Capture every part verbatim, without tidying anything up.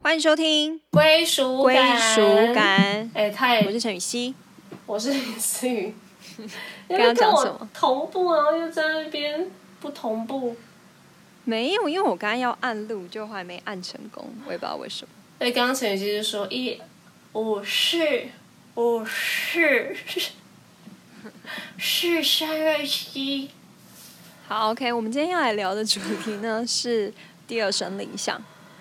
欢迎收听归属归感。 属感。 哎、太， 我是陈雨希。 我是林思雨。 刚刚讲什么？ 我同步，然后又在那边不同步。 没有，因为我刚刚要按录，就还没按成功，我也不知道为什么。 所以刚刚陈雨希就说一五四五四四三二七。 好 ，OK， 我们今天要来聊的主题呢是第二声铃响。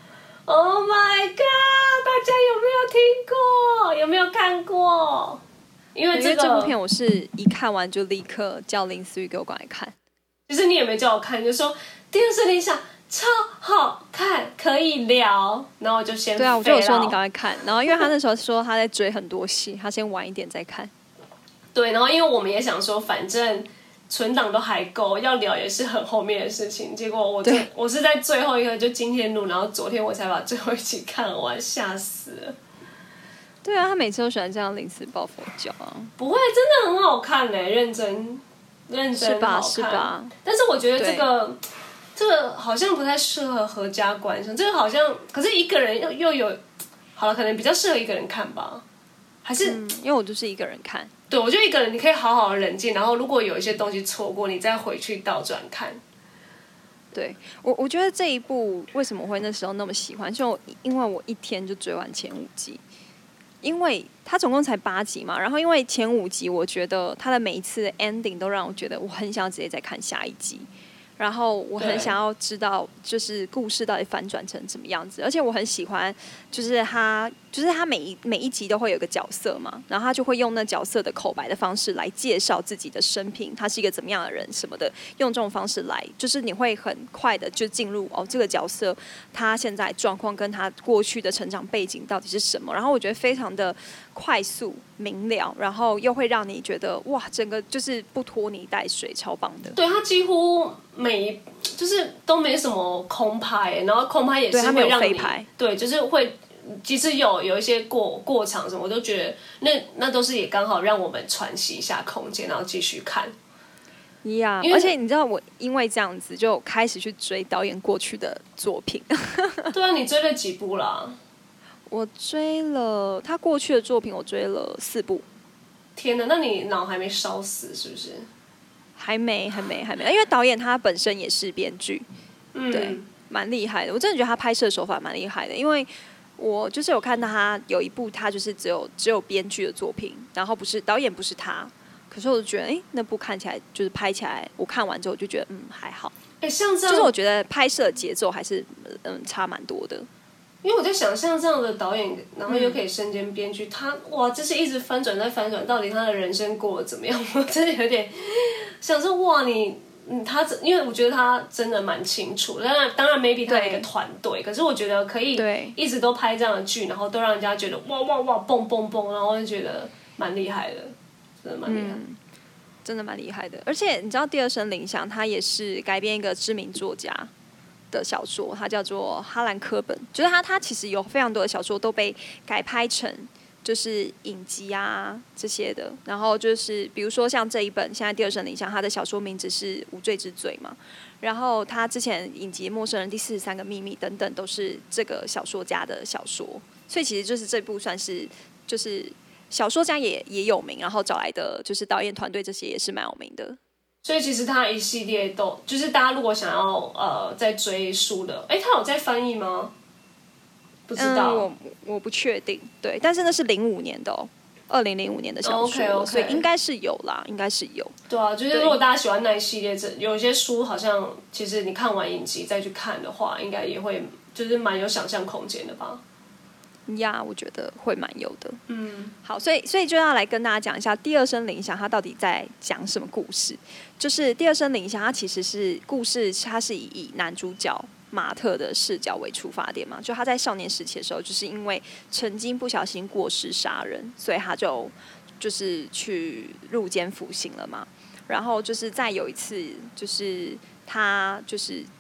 Oh my god！ 大家有没有听过？有没有看过？因为这个这部片我是一看完就立刻叫林思雨给我赶来看。 其实你也没叫我看，你就说第二声铃响超好看，可以聊。然后我就先对啊，我就有说你赶快看。然后因为他那时候说他在追很多戏，他先晚一点再看。 对，然后因为我们也想说，反正存档都还够，要聊也是很后面的事情。结果我就我是在最后一个，就今天录，然后昨天我才把最后一集看完，吓死了。 对啊，他每次都喜欢这样临时抱佛脚啊。 不会，真的很好看嘞、欸，认真认真好看。 是吧？是吧？ 但是我觉得这个这个好像不太适合合家观赏，这个好像可是一个人又又有好了，可能比较适合一个人看吧。还是、 嗯、因为我就是一个人看。 对，我就一个人，你可以好好的冷静，然后如果有一些东西错过，你再回去倒转看。 对我，我觉得这一部为什么会那时候那么喜欢，就因为我一天就追完前五集，因为它总共才八集嘛，然后因为前五集我觉得它的每一次的 ending 都让我觉得我很想直接再看下一集。然后我很想要知道，就是故事到底反转成怎么样子，而且我很喜欢，就是他，就是他每一每一集都会有一个角色嘛，然后他就会用那角色的口白的方式来介绍自己的生平，他是一个怎么样的人什么的，用这种方式来，就是你会很快的就进入哦这个角色他现在状况跟他过去的成长背景到底是什么，然后我觉得非常的快速明了，然后又会让你觉得哇，整个就是不拖泥带水，超棒的。 对，他几乎每就是都没什么空拍，然后空拍也是会让你对, 对，就是会即使有有一些过过场什么，我都觉得那那都是也刚好让我们喘息一下空间，然后继续看。 呀、yeah, 而且你知道我因为这样子就开始去追导演过去的作品。 对啊，你追了几部啦？ 我追了他过去的作品，我追了四部。 天哪，那你脑还没烧死是不是？ 还没，还没，还没，因为导演他本身也是编剧， 嗯， 对，蛮厉害的。我真的觉得他拍摄手法蛮厉害的，因为我就是有看到他有一部，他就是只有只有编剧的作品，然后不是导演不是他，可是我就觉得，哎、欸，那部看起来就是拍起来，我看完之后我就觉得，嗯，还好。 哎、欸，像这样， 就是我觉得拍摄节奏还是嗯差蛮多的。 因为我在想，像这样的导演，然后又可以身兼编剧，嗯、他哇，这是一直翻转再翻转，到底他的人生过得怎么样？我真的有点想说，哇，你，嗯，他，因为我觉得他真的蛮清楚。当然，当然 ，maybe 他有一个团队，可是我觉得可以一直都拍这样的剧，然后都让人家觉得哇哇哇，蹦蹦蹦，然后就觉得蛮厉害的，真的蛮厉害的。嗯， 真的蛮厉害的。而且你知道，第二声铃响，它也是改编一个知名作家的小说，它叫做哈兰科本，就是他他其实有非常多的小说都被改拍成就是影集啊这些的，然后就是比如说像这一本现在第二声铃响，他的小说名字是《无罪之罪》嘛，然后他之前影集《陌生人》第四十三个秘密等等都是这个小说家的小说，所以其实就是这部算是就是小说家也也有名，然后找来的就是导演团队这些也是蛮有名的。 所以其实他一系列都就是大家如果想要呃再追书的，哎，他有在翻译吗？不知道， 嗯、我我不确定，对，但是那是零五年的哦，二零零五年的小说， okay, okay. 所以应该是有啦，应该是有。 对啊，就是如果大家喜欢那一系列，这有些书好像其实你看完影集再去看的话，应该也会就是蛮有想象空间的吧。 呀、yeah, 我觉得会蛮有的。 嗯， 好，所以所以就要来跟大家讲一下第二声铃响它到底在讲什么故事。就是第二声铃响，它其实是故事，它是以以男主角马特的视角为出发点嘛。就他在少年时期的时候，就是因为曾经不小心过失杀人，所以他就就是去入监服刑了嘛。然后就是再有一次，就是他就是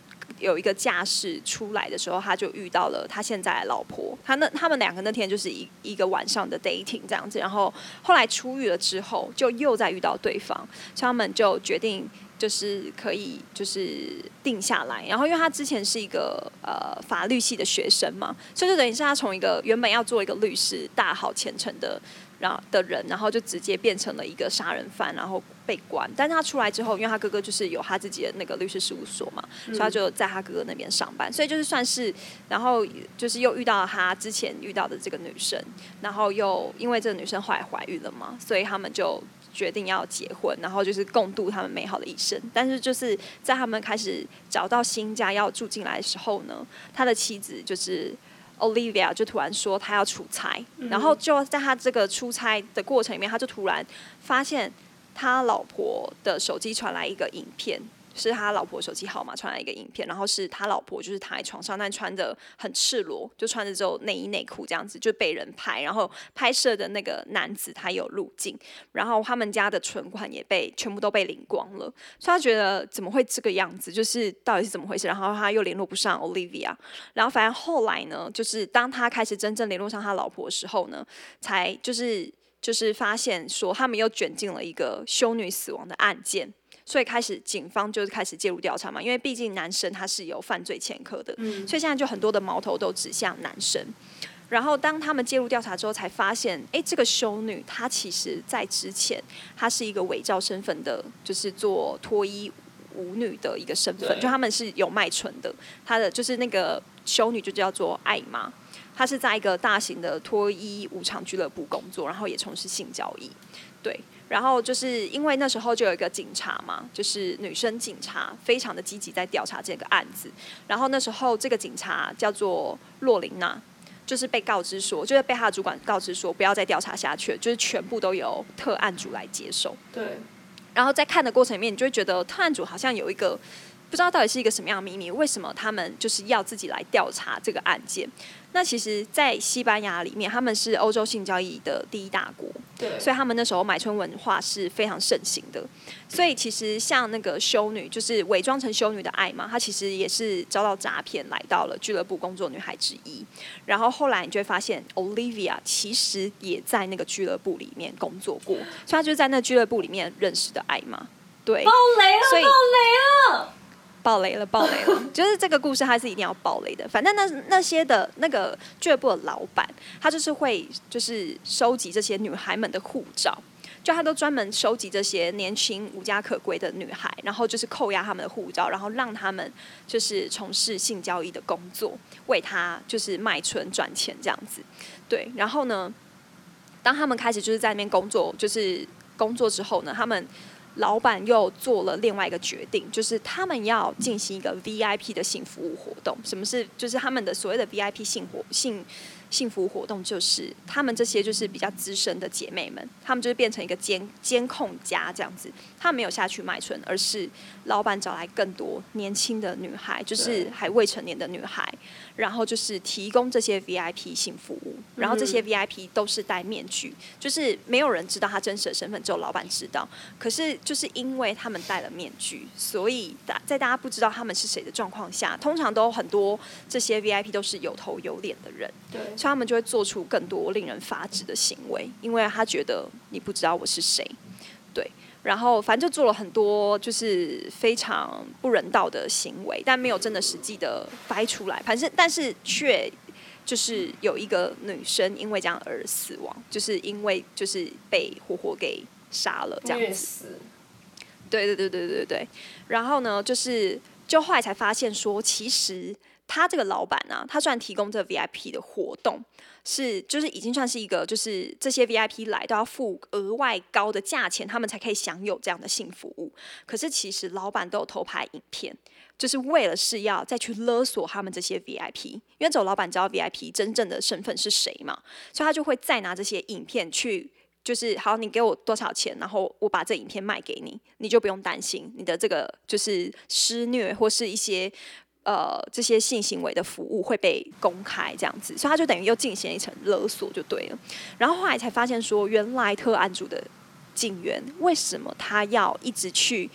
有一个架势出来的时候，他就遇到了他现在的老婆。他那他们两个那天就是一一个晚上的 dating 这样子，然后后来出狱了之后，就又再遇到对方，所以他们就决定就是可以就是定下来。然后因为他之前是一个呃法律系的学生嘛，所以就等于是他从一个原本要做一个律师大好前程的。然后的人，然后就直接变成了一个杀人犯，然后被关。但是他出来之后，因为他哥哥就是有他自己的那个律师事务所嘛，嗯、所以他就在他哥哥那边上班。所以就是算是，然后就是又遇到了他之前遇到的这个女生，然后又因为这个女生后来怀孕了嘛，所以他们就决定要结婚，然后就是共度他们美好的一生。但是就是在他们开始找到新家要住进来的时候呢，他的妻子就是。Olivia 就突然说她要出差，嗯、然后就在他这个出差的过程里面，他就突然发现他老婆的手机传来一个影片，是他老婆手机号码传来一个影片，然后是他老婆就是躺在床上，但穿着很赤裸，就穿着只有内衣内裤这样子，就被人拍，然后拍摄的那个男子他有入境，然后他们家的存款也被全部都被领光了，所以他觉得怎么会这个样子，就是到底是怎么回事，然后他又联络不上 Olivia， 然后反正后来呢，就是当他开始真正联络上他老婆的时候呢，才就是就是发现说他们又卷进了一个修女死亡的案件。所以开始警方就开始介入调查嘛，因为毕竟男生他是有犯罪前科的，嗯、所以现在就很多的矛头都指向男生。然后当他们介入调查之后，才发现，哎，这个修女她其实在之前她是一个伪造身份的，就是做脱衣舞女的一个身份，就他们是有卖春的。她的就是那个修女就叫做艾玛，她是在一个大型的脱衣舞场俱乐部工作，然后也从事性交易，对。然后就是因为那时候就有一个警察嘛，就是女生警察，非常的积极在调查这个案子。然后那时候这个警察叫做洛琳娜，就是被告知说，就是被他的主管告知说，不要再调查下去了，就是全部都由特案组来接手。 对。 然后在看的过程里面，你就会觉得特案组好像有一个不知道到底是一个什么样的秘密，为什么他们就是要自己来调查这个案件？那其实，在西班牙里面，他们是欧洲性交易的第一大国， 对， 所以他们那时候买春文化是非常盛行的。所以其实像那个修女，就是伪装成修女的艾玛，她其实也是遭到诈骗，来到了俱乐部工作女孩之一。然后后来你就会发现 ，Olivia 其实也在那个俱乐部里面工作过，所以她就是在那俱乐部里面认识的艾玛。对， 爆雷了，爆雷了。 爆雷了，爆雷了！就是这个故事，它是一定要爆雷的。反正那那些的那个俱乐部的老板，他就是会就是收集这些女孩们的护照，就他都专门收集这些年轻无家可归的女孩，然后就是扣押他们的护照，然后让他们就是从事性交易的工作，为他就是卖春赚钱这样子。对，然后呢，当他们开始就是在那边工作，就是工作之后呢，他们。老板又做了另外一个决定，就是他们要进行一个 V I P 的性服务活动。什么是？就是他们的所谓的 V I P 性活性性服务活动，就是他们这些就是比较资深的姐妹们，他们就是变成一个监监控家这样子。他们没有下去卖春，而是老板找来更多年轻的女孩，就是还未成年的女孩，然后就是提供这些 V I P 性服务。然后这些 V I P 都是戴面具，就是没有人知道他真实的身份，只有老板知道。可是就是因为他们戴了面具，所以在大家不知道他们是谁的状况下，通常都很多这些 V I P 都是有头有脸的人， 对， 所以他们就会做出更多令人发指的行为，因为他觉得你不知道我是谁，对。然后反正就做了很多就是非常不人道的行为，但没有真的实际的掰出来，反正但是却就是有一个女生因为这样而死亡，就是因为就是被活活给杀了这样子。对对对对对对。然后呢，就是就后来才发现说，其实他这个老板啊，他虽然提供这个 V I P 的活动，是就是已经算是一个，就是这些 V I P 来都要付额外高的价钱，他们才可以享有这样的性服务。可是其实老板都有偷拍影片，就是为了是要再去勒索他们这些 V I P， 因为只有老板知道 V I P 真正的身份是谁嘛，所以他就会再拿这些影片去。就是好，你给我多少钱，然后我把这影片卖给你，你就不用担心你的这个就是施虐或是一些呃这些性行为的服务会被公开这样子，所以他就等于又进行一层勒索就对了。然后后来才发现说，原来特案组的警员为什么他要一直去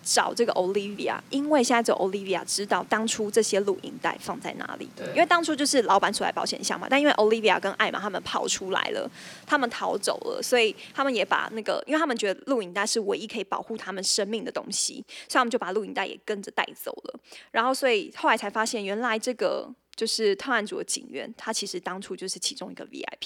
找这个 Olivia， 因为现在只有 Olivia 知道当初这些录影带放在哪里。因为当初就是老板出来保险箱嘛，但因为 Olivia 跟艾玛他们跑出来了，他们逃走了，所以他们也把那个，因为他们觉得录影带是唯一可以保护他们生命的东西，所以他们就把录影带也跟着带走了。然后所以后来才发现，原来这个就是特案组的警员，他其实当初就是其中一个 V I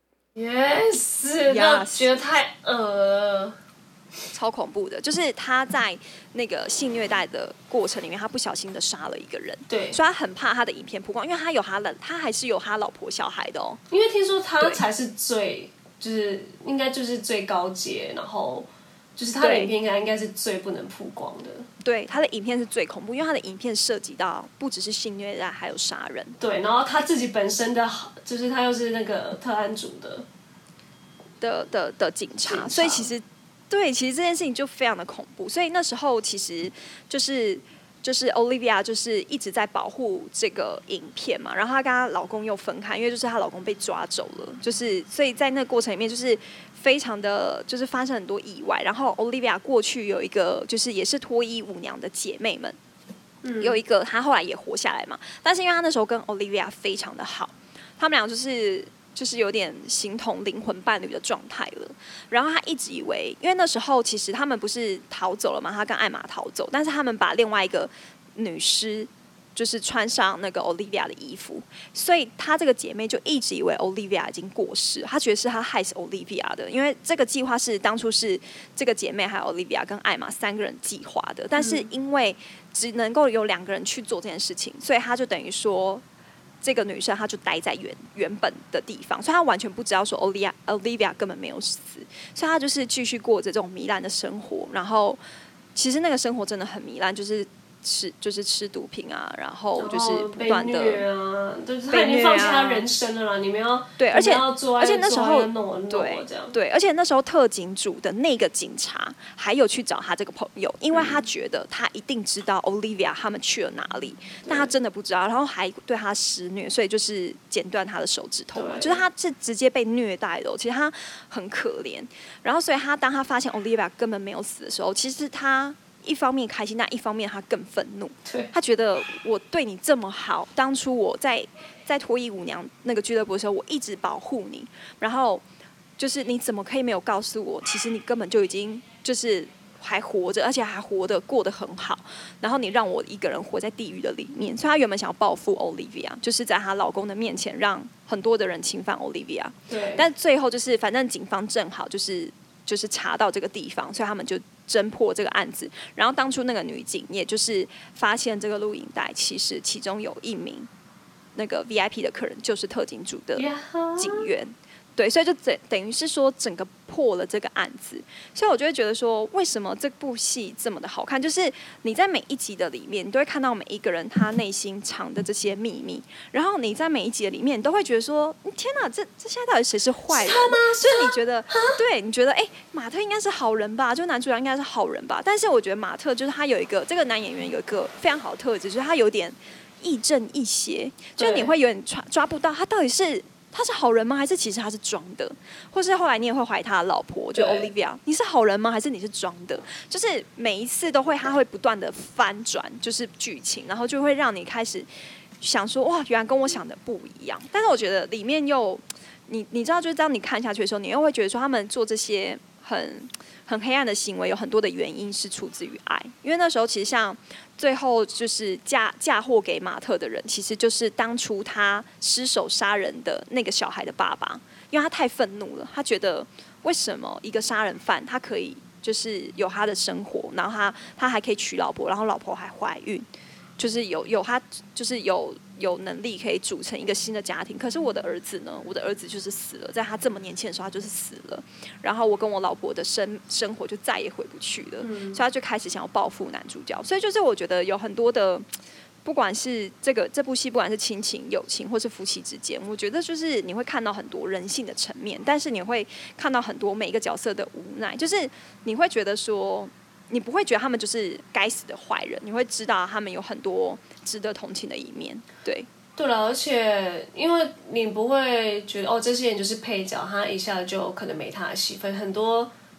P。Yes， 那觉得太呃。 超恐怖的，就是他在那个性虐待的过程里面，他不小心的杀了一个人， 对， 所以他很怕他的影片曝光，因为他有他的，他还是有他老婆小孩的哦。 因为听说他才是最，就是应该就是最高阶，然后就是他的影片应该应该是最不能曝光的。 对，他的影片是最恐怖，因为他的影片涉及到不只是性虐待，还有杀人。 对，然后他自己本身的，就是他又是那个特案组的的的的警察，警察所以其实。对，其实这件事情就非常的恐怖，所以那时候其实就是就是 Olivia 就是一直在保护这个影片嘛，然后她跟她老公又分开，因为就是她老公被抓走了，就是所以在那个过程里面就是非常的就是发生很多意外，然后 Olivia 过去有一个就是也是脱衣舞娘的姐妹们，嗯、有一个她后来也活下来嘛，但是因为她那时候跟 Olivia 非常的好，他们俩就是。就是有点形同灵魂伴侣的状态了，然后他一直以为，因为那时候其实他们不是逃走了嘛，他跟艾玛逃走，但是他们把另外一个女尸就是穿上那个 Olivia 的衣服，所以她这个姐妹就一直以为 Olivia 已经过世，她觉得是她害死 Olivia 的，因为这个计划是当初是这个姐妹还有 Olivia 跟艾玛三个人计划的，但是因为只能够有两个人去做这件事情，所以她就等于说。这个女生她就待在原原本的地方，所以她完全不知道说 Olivia Olivia 根本没有死，所以她就是继续过着这种糜烂的生活。然后其实那个生活真的很糜烂，就是吃就是吃毒品啊，然后就是不断的被虐啊，就是他已经放弃他人生了啦，你们要对，而且而且那时候对对，而且那时候特警组的那个警察还有去找他这个朋友，因为他觉得他一定知道 Olivia 他们去了哪里，但他真的不知道，然后还对他施虐，所以就是剪断他的手指头嘛，就是他是直接被虐待的、哦，其实他很可怜。然后所以他当他发现 Olivia 根本没有死的时候，其实他。一方面开心，但一方面他更愤怒。他觉得我对你这么好，当初我在在脱衣舞娘那个俱乐部的时候，我一直保护你，然后就是你怎么可以没有告诉我，其实你根本就已经就是还活着，而且还活得过得很好，然后你让我一个人活在地狱的里面。所以她原本想要报复 Olivia， 就是在她老公的面前让很多的人侵犯 Olivia。 对， 但最后就是反正警方正好就是就是查到这个地方，所以他们就。侦破这个案子，然后当初那个女警也就是发现这个录影带，其实其中有一名那个 V I P 的客人就是特警组的警员，对，所以就等等于是说整个破了这个案子，所以我就会觉得说，为什么这部戏这么的好看？就是你在每一集的里面，你都会看到每一个人他内心藏的这些秘密，然后你在每一集的里面，你都会觉得说，天哪，这这现在到底谁是坏人？就是你觉得，对，你觉得，哎、欸，马特应该是好人吧？就男主角应该是好人吧？但是我觉得马特就是他有一个这个男演员有一个非常好的特质，就是他有点亦正亦邪，就是你会有点抓抓不到他到底是。他是好人吗？还是其实他是装的？或是后来你也会怀疑他的老婆，就 Olivia， 你是好人吗？还是你是装的？就是每一次都会，他会不断的翻转，就是剧情，然后就会让你开始想说，哇，原来跟我想的不一样。但是我觉得里面又，你你知道，就是当你看下去的时候，你又会觉得说，他们做这些很很黑暗的行为，有很多的原因是出自于爱，因为那时候其实像。最后就是嫁嫁祸给马特的人，其实就是当初他失手杀人的那个小孩的爸爸，因为他太愤怒了，他觉得为什么一个杀人犯他可以就是有他的生活，然后他他还可以娶老婆，然后老婆还怀孕，就是有有他就是有有能力可以组成一个新的家庭。可是我的儿子呢？我的儿子就是死了，在他这么年轻的时候他就是死了，然后我跟我老婆的生生活就再也回不去了，嗯、所以他就开始想要报复男主角。所以就是我觉得有很多的，不管是这个这部戏，不管是亲情、友情，或是夫妻之间，我觉得就是你会看到很多人性的层面，但是你会看到很多每一个角色的无奈，就是你会觉得说。你不会觉得他们就是该死的坏人，你会知道他们有很多值得同情的一面。对， 对了，而且因为你不会觉得哦，这些人就是配角，他一下就可能没他的戏份。很多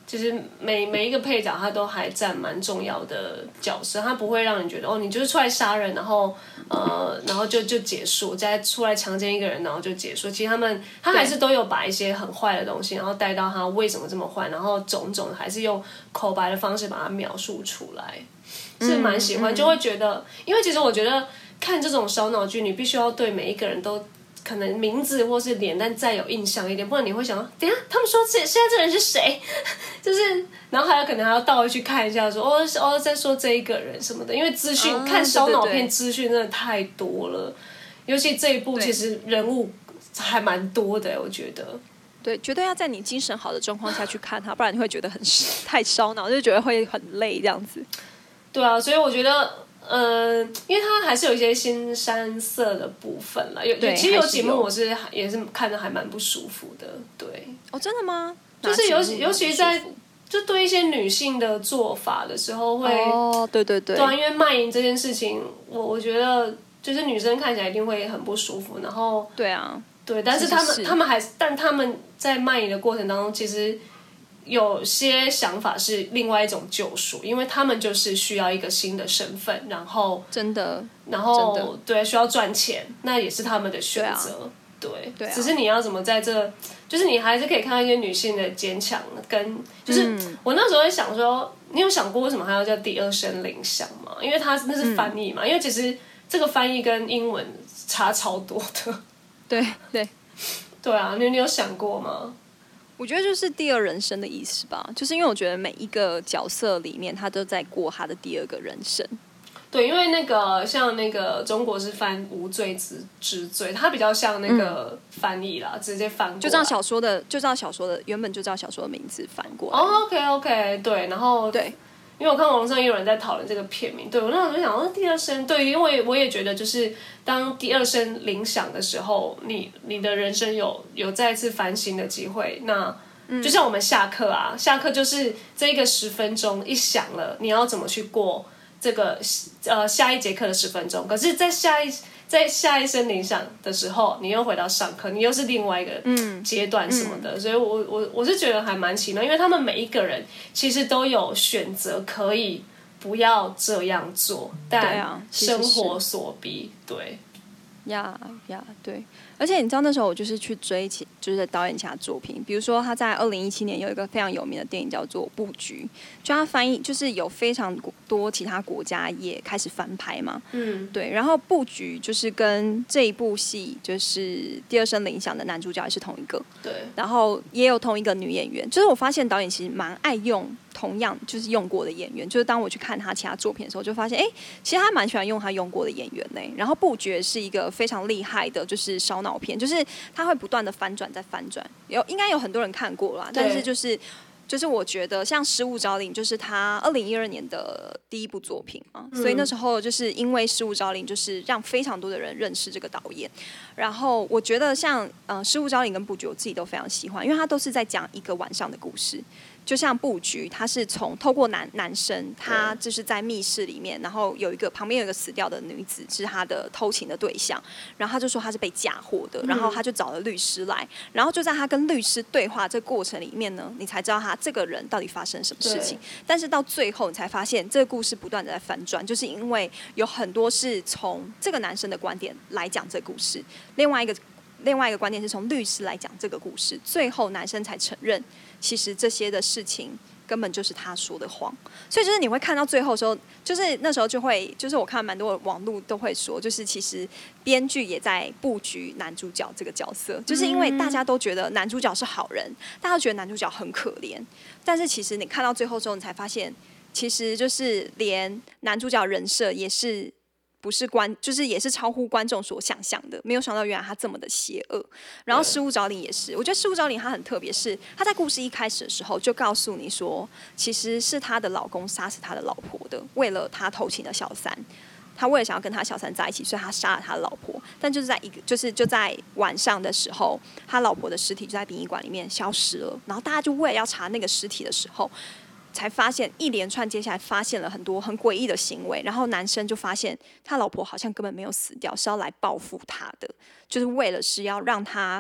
其实每每一个配角他都还占蛮重要的角色，他不会让你觉得哦，你就是出来杀人，然后呃，然后就就结束，再出来强奸一个人，然后就结束。其实他们他还是都有把一些很坏的东西，然后带到他为什么这么坏，然后种种还是用口白的方式把它描述出来，是蛮喜欢，嗯嗯、就会觉得，因为其实我觉得看这种烧脑剧，你必须要对每一个人都。可能名字或是脸，但再有印象一点，不然你会想，等一下他们说这现在这人是谁？就是，然后还有可能还要倒回去看一下说，说哦哦在说这一个人什么的，因为资讯、嗯、看烧脑片资讯真的太多了，尤其这一部其实人物还蛮多的，我觉得。 对，绝对要在你精神好的状况下去看它，不然你会觉得很太烧脑，就觉得会很累这样子。 对啊，所以我觉得。呃，因为它还是有一些腥膻色的部分啦，有其实有几幕我是也是看着还蛮不舒服的，对。 哦，真的吗？ 就是尤其尤其在就对一些女性的做法的时候会， 哦，对对对， 对啊，因为卖淫这件事情，我我觉得就是女生看起来一定会很不舒服，然后对啊， 对，但是他们他们还但他们在卖淫的过程当中，其实。有些想法是另外一种救赎，因为他们就是需要一个新的身份，然后真的， 然后对需要赚钱，那也是他们的选择，对,、啊、对,对、啊，只是你要怎么在这，就是你还是可以看到一些女性的坚强，跟就是、嗯、我那时候在想说，你有想过为什么还要叫第二声铃响吗？因为它那是翻译嘛、嗯，因为其实这个翻译跟英文差超多的， 对对对啊，你你有想过吗？ 我觉得就是第二人生的意思吧，就是因为我觉得每一个角色里面，他都在过他的第二个人生。 对，因为那个像那个中国是翻无罪之之罪，它比较像那个翻译啦，嗯、直接翻过来。 就照小说的，就照小说的原本就照小说的名字翻过来。 哦、oh, ，OK OK， 对，然后对， 因为我看网上也有人在讨论这个片名，对我那时候就想，哦，第二声，对，因为我也觉得就是当第二声铃响的时候，你你的人生有有再一次反省的机会，那。就像我们下课啊，下课就是这个十分钟一响了，你要怎么去过这个呃下一节课的十分钟？可是，在下一在下一声铃响的时候，你又回到上课，你又是另外一个阶段什么的，嗯嗯、所以我我我是觉得还蛮奇妙，因为他们每一个人其实都有选择可以不要这样做，但生活所逼，对。 呀呀，对，而且你知道那时候我就是去追其就是导演其他作品，比如说他在二零一七年有一个非常有名的电影叫做《布局》，就他翻译就是有非常多其他国家也开始翻拍嘛，嗯，对，然后《布局》就是跟这一部戏就是《第二声铃响》的男主角也是同一个， 对， 然后也有同一个女演员，就是我发现导演其实蛮爱用同样就是用过的演员，就是当我去看他其他作品的时候，就发现哎，其实他蛮喜欢用他用过的演员呢。然后《布局》是一个非常厉害的，就是烧脑片，就是他会不断的翻转再翻转，有应该有很多人看过啦，但是就是就是我觉得像《失物招领》就是他二零一二年的第一部作品嘛、嗯，所以那时候就是因为《失物招领》就是让非常多的人认识这个导演。然后我觉得像呃《失物招领》跟《布局》我自己都非常喜欢，因为他都是在讲一个晚上的故事。就像布局，他是从透过男男生，他就是在密室里面，然后有一个旁边有一个死掉的女子是他的偷情的对象，然后他就说他是被嫁祸的，然后他就找了律师来，然后就在他跟律师对话这个过程里面呢，你才知道他这个人到底发生什么事情。但是到最后你才发现，这个故事不断的在反转，就是因为有很多是从这个男生的观点来讲这个故事，另外一个另外一个观点是从律师来讲这个故事，最后男生才承认。其实这些的事情根本就是他说的谎，所以就是你会看到最后的时候，就是那时候就会，就是我看蛮多网路都会说，就是其实编剧也在布局男主角这个角色，就是因为大家都觉得男主角是好人，大家都觉得男主角很可怜，但是其实你看到最后之后，你才发现，其实就是连男主角人设也是。不是观，就是也是超乎观众所想象的，没有想到原来他这么的邪恶。然后《失物招领》也是，我觉得《失物招领》他很特别，是他在故事一开始的时候就告诉你说，其实是她的老公杀死他的老婆的，为了他偷情的小三。他为了想要跟他小三在一起，所以他杀了他老婆。但就是在一个，就是就在晚上的时候，他老婆的尸体就在殡仪馆里面消失了。然后大家就为了要查那个尸体的时候。才发现一连串接下来发现了很多很诡异的行为，然后男生就发现他老婆好像根本没有死掉，是要来报复他的，就是为了是要让他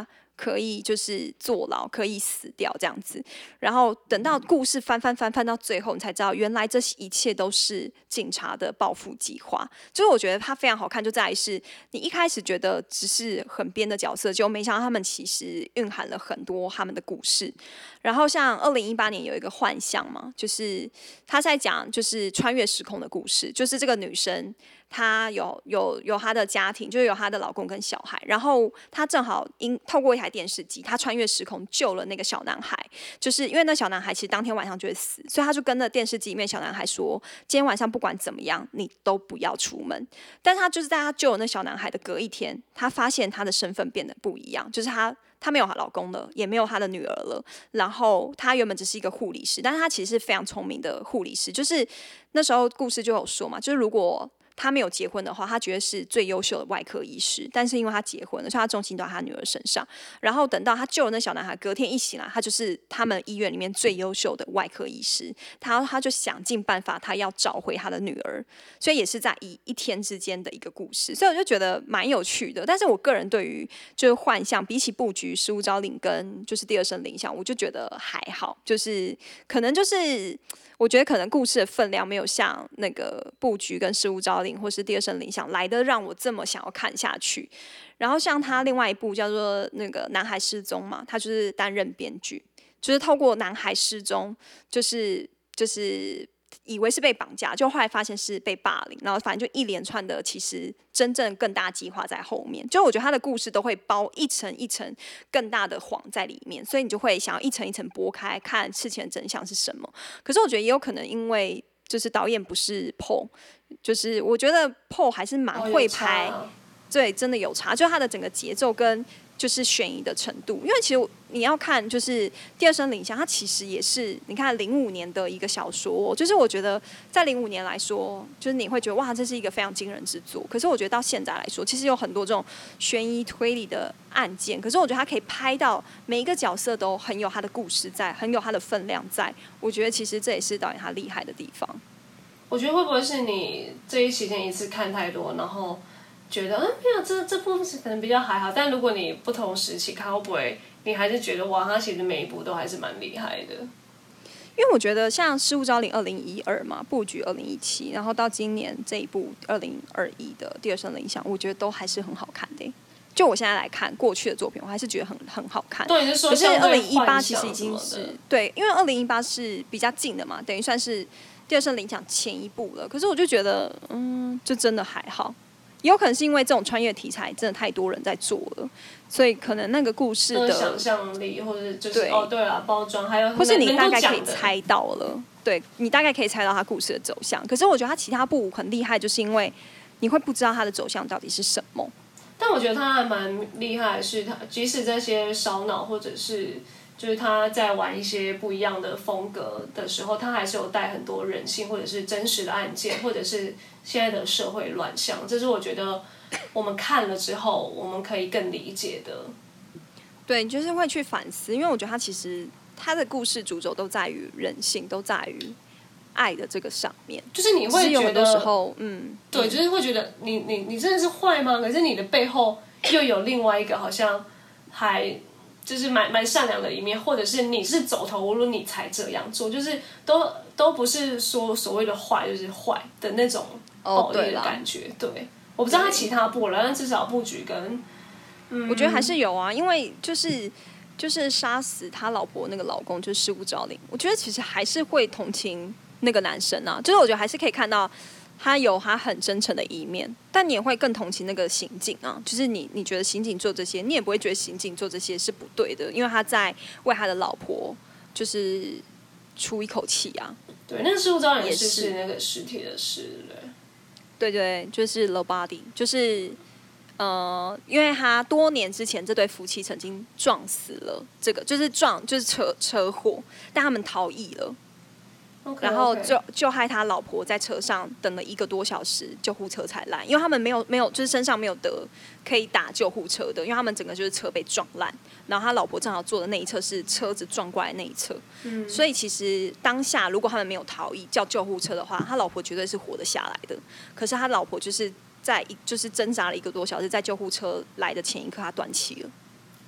可以就是坐牢，可以死掉这样子。然后等到故事翻翻翻翻到最后，你才知道原来这一切都是警察的报复计划。就是我觉得它非常好看，就在于是你一开始觉得只是很编的角色，就没想到他们其实蕴含了很多他们的故事。然后像二零一八年有一个幻象嘛，就是他在讲就是穿越时空的故事，就是这个女生她有有有她的家庭，就是有她的老公跟小孩，然后她正好因透过一台电视机，她穿越时空救了那个小男孩，就是因为那小男孩其实当天晚上就会死，所以他就跟那电视机里面小男孩说，今天晚上不管怎么样，你都不要出门。但是他就是在他救了那小男孩的隔一天，他发现他的身份变得不一样，就是他。她没有她老公了，也没有她的女儿了。然后她原本只是一个护理师，但是她其实是非常聪明的护理师。就是那时候故事就有说嘛，就是如果他没有结婚的话，他觉得是最优秀的外科医师，但是因为他结婚了，所以他重心都在他女儿身上。然后等到他救了那小男孩，隔天一醒来，他就是他们医院里面最优秀的外科医师。他他就想尽办法，他要找回他的女儿，所以也是在一一天之间的一个故事。所以我就觉得蛮有趣的。但是我个人对于就是幻象，比起布局、失物招领跟就是第二声铃响，我就觉得还好，就是可能就是。我觉得可能故事的分量没有像那个布局跟失物招领或是第二声铃响来的让我这么想要看下去。然后像他另外一部叫做那个男孩失踪嘛，他就是担任编剧，就是透过男孩失踪，就是就是以为是被绑架，就后来发现是被霸凌，然后反正就一连串的，其实真正更大计划在后面。就我觉得他的故事都会包一层一层更大的谎在里面，所以你就会想要一层一层剥开，看事情的真相是什么。可是我觉得也有可能因为就是导演不是 Paul， 就是我觉得 Paul 还是蛮会拍， 哦、 对，真的有差，就他的整个节奏跟。就是悬疑的程度，因为其实你要看，就是第二声铃响，它其实也是你看零五年的一个小说、哦，就是我觉得在零五年来说，就是你会觉得哇，这是一个非常惊人之作。可是我觉得到现在来说，其实有很多这种悬疑推理的案件，可是我觉得它可以拍到每一个角色都很有他的故事在，很有他的分量在。我觉得其实这也是导演他厉害的地方。 我觉得会不会是你这一期间一次看太多，然后？觉得嗯，没有这这部可能比较还好，但如果你不同时期看，会不会你还是觉得哇，他其实每一部都还是蛮厉害的？ 因为我觉得像《失物招领》二零一二嘛，布局二零一七，然后到今年这一部二零二一的第二声铃响，我觉得都还是很好看的。就我现在来看过去的作品，我还是觉得很很好看。 对，你是说可是二零一八其实已经是对，因为二零一八是比较近的嘛，等于算是第二声铃响前一部了。可是我就觉得，嗯，就真的还好。也有可能是因为这种穿越题材真的太多人在做了，所以可能那个故事的想象力，或者就是对哦，对了，包装还有， 或是你大概可以猜到了，对你大概可以猜到他故事的走向。可是我觉得他其他部很厉害，就是因为你会不知道他的走向到底是什么。 但我觉得他还蛮厉害的是，他即使这些烧脑或者是。就是他在玩一些不一样的风格的时候，他还是有带很多人性或者是真实的案件，或者是现在的社会乱象，这是我觉得我们看了之后我们可以更理解的。 对，就是会去反思，因为我觉得他其实他的故事主轴都在于人性，都在于爱的这个上面。 就是你会觉得有很多时候，嗯， 对，就是会觉得你你你真的是坏吗？可是你的背后又有另外一个好像还。就是蛮蛮善良的一面，或者是你是走投无路你才这样做，就是都都不是说所谓的坏就是坏的那种暴力的感觉。哦、对, 对，我不知道他其他部了，但至少布局跟、嗯、 我觉得还是有啊，因为就是就是杀死他老婆那个老公就是失物招领，我觉得其实还是会同情那个男生啊，就是我觉得还是可以看到。他有他很真诚的一面，但你也会更同情那个刑警啊。就是你，你觉得刑警做这些，你也不会觉得刑警做这些是不对的，因为他在为他的老婆就是出一口气啊。 对，那个失物招领是是那个尸体的尸， 对对，就是 the body， 就是呃，因为他多年之前这对夫妻曾经撞死了，这个就是撞就是车车祸，但他们逃逸了。 Okay, 然后就就害他老婆在车上等了一个多小时，救护车才来，因为他们没有没有就是身上没有得可以打救护车的，因为他们整个就是车被撞烂，然后他老婆正好坐的那一侧是车子撞过来那一侧，嗯，所以其实当下如果他们没有逃逸叫救护车的话，他老婆绝对是活得下来的。可是他老婆就是在就是挣扎了一个多小时，在救护车来的前一刻他断气了。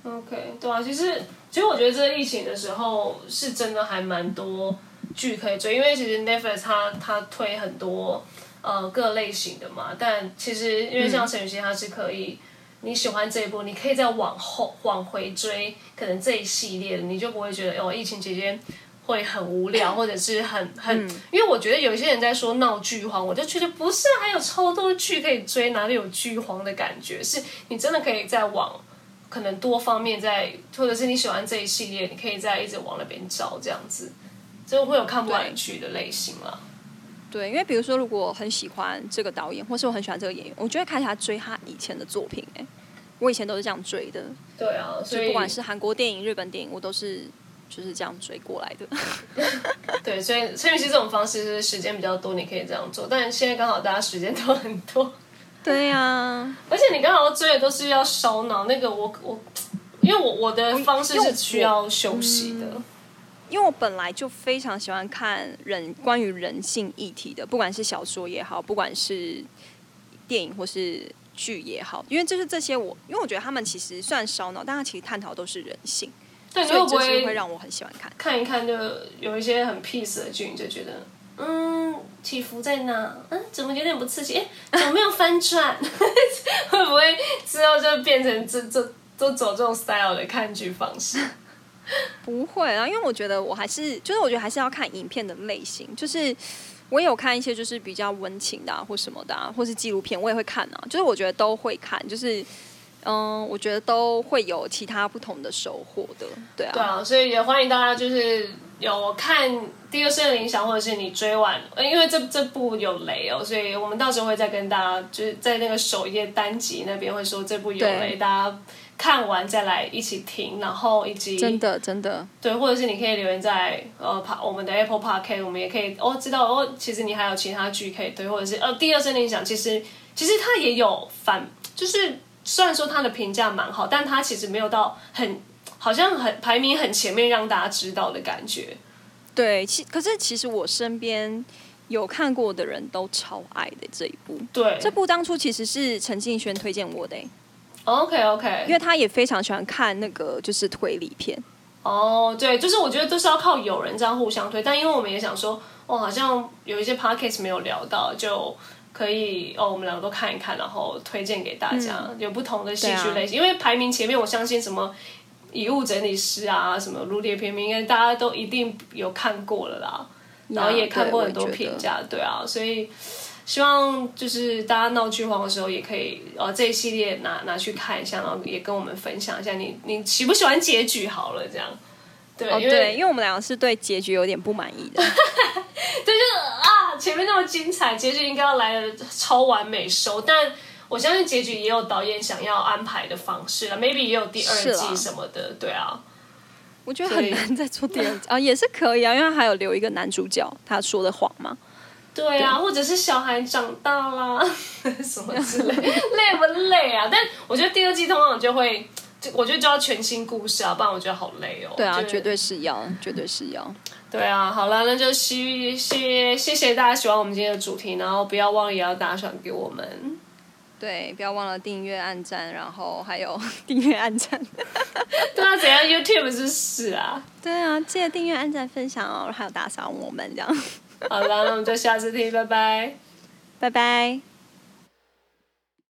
OK， 对啊，其实其实我觉得这疫情的时候是真的还蛮多剧可以追，因为其实 Netflix 它它推很多呃各类型的嘛，但其实因为像陈雨欣它是可以。你喜欢这一部，你可以再往后往回追，可能这一系列的，你就不会觉得哦，疫情期间会很无聊，或者是很很，嗯、因为我觉得有一些人在说闹剧荒，我就觉得不是，还有超多剧可以追，哪里有剧荒的感觉？是你真的可以再往可能多方面再，或者是你喜欢这一系列，你可以再一直往那边找，这样子，就会有看不完剧的类型啦。 对，因为比如说，如果很喜欢这个导演，或是我很喜欢这个演员，我就会开始他追他以前的作品、欸。哎，我以前都是这样追的。 对啊，所以不管是韩国电影、日本电影，我都是就是这样追过来的。 对，所以陈雨希这种方式是时间比较多，你可以这样做。但现在刚好大家时间都很多。 对呀、啊， 而且你刚好追的都是要烧脑，那个我我，因为我我的方式是需要休息的。 因为我本来就非常喜欢看人关于人性议题的，不管是小说也好，不管是电影或是剧也好，因为就是这些我，因为我觉得他们其实虽然烧脑，但他其实探讨都是人性， 对， 所以这是会让我很喜欢看。 看一看就有一些很 peace 的剧，你就觉得嗯起伏在哪？嗯，怎么有点不刺激？哎，怎么没有翻转？会不会之后就变成这这都走这种 style 的看剧方式？ 不会啊，因为我觉得我还是，就是我觉得还是要看影片的类型，就是我也有看一些就是比较温情的啊，或什么的啊，或是纪录片，我也会看啊，就是我觉得都会看，就是嗯，我觉得都会有其他不同的收获的，对啊。 对啊，所以也欢迎大家就是有看《第二声的影响》，或者是你追完，因为这这部有雷哦，所以我们到时候会再跟大家就是在那个首页单集那边会说这部有雷，大家。看完再来一起听，然后以及真的真的对，或者是你可以留言在呃我们的 Apple Podcast， 我们也可以哦知道哦，其实你还有其他剧可以推，或者是呃第二声影响，其实其实它也有反，就是虽然说它的评价蛮好，但它其实没有到很好像很排名很前面让大家知道的感觉。 对，其可是其实我身边有看过的人都超爱的这一部， 对， 这部当初其实是陈敬轩推荐我的、欸。 OK OK， 因为他也非常喜欢看那个就是推理片。 哦，对，就是我觉得都是要靠有人这样互相推，但因为我们也想说，哦，好像有一些 podcast 没有聊到，就可以哦，我们两个都看一看，然后推荐给大家，嗯、有不同的戏剧类型、啊。因为排名前面，我相信什么遗物整理师啊，什么如蝶翩翩，应该大家都一定有看过了啦，然后也看过很多评价，对啊，所以。希望就是大家闹剧荒的时候，也可以呃这一系列拿拿去看一下，然后也跟我们分享一下你你喜不喜欢结局好了，这样。对， 哦、 因为对，因为我们两个是对结局有点不满意的。 对，就是啊，前面那么精彩，结局应该要来的超完美收，但我相信结局也有导演想要安排的方式了 ，maybe 也有第二季什么的，对啊。 我觉得很难再做第二季啊，也是可以啊，因为还有留一个男主角，他说的谎嘛。 对啊，对或者是小孩长大啦，什么之类，累不累啊？但我觉得第二季通常就会，我觉得就要全新故事啊，不然我觉得好累哦。 对啊，绝对是要，绝对是要。 对啊，好了，那就谢谢谢谢大家喜欢我们今天的主题，然后不要忘了也要打赏给我们。 对，不要忘了订阅、按赞，然后还有订阅、按赞。 对啊，怎样 YouTube 是是啊？ 对啊，记得订阅、按赞、分享哦，还有打赏我们这样。 好了，那我们就下次听，拜拜， 拜拜。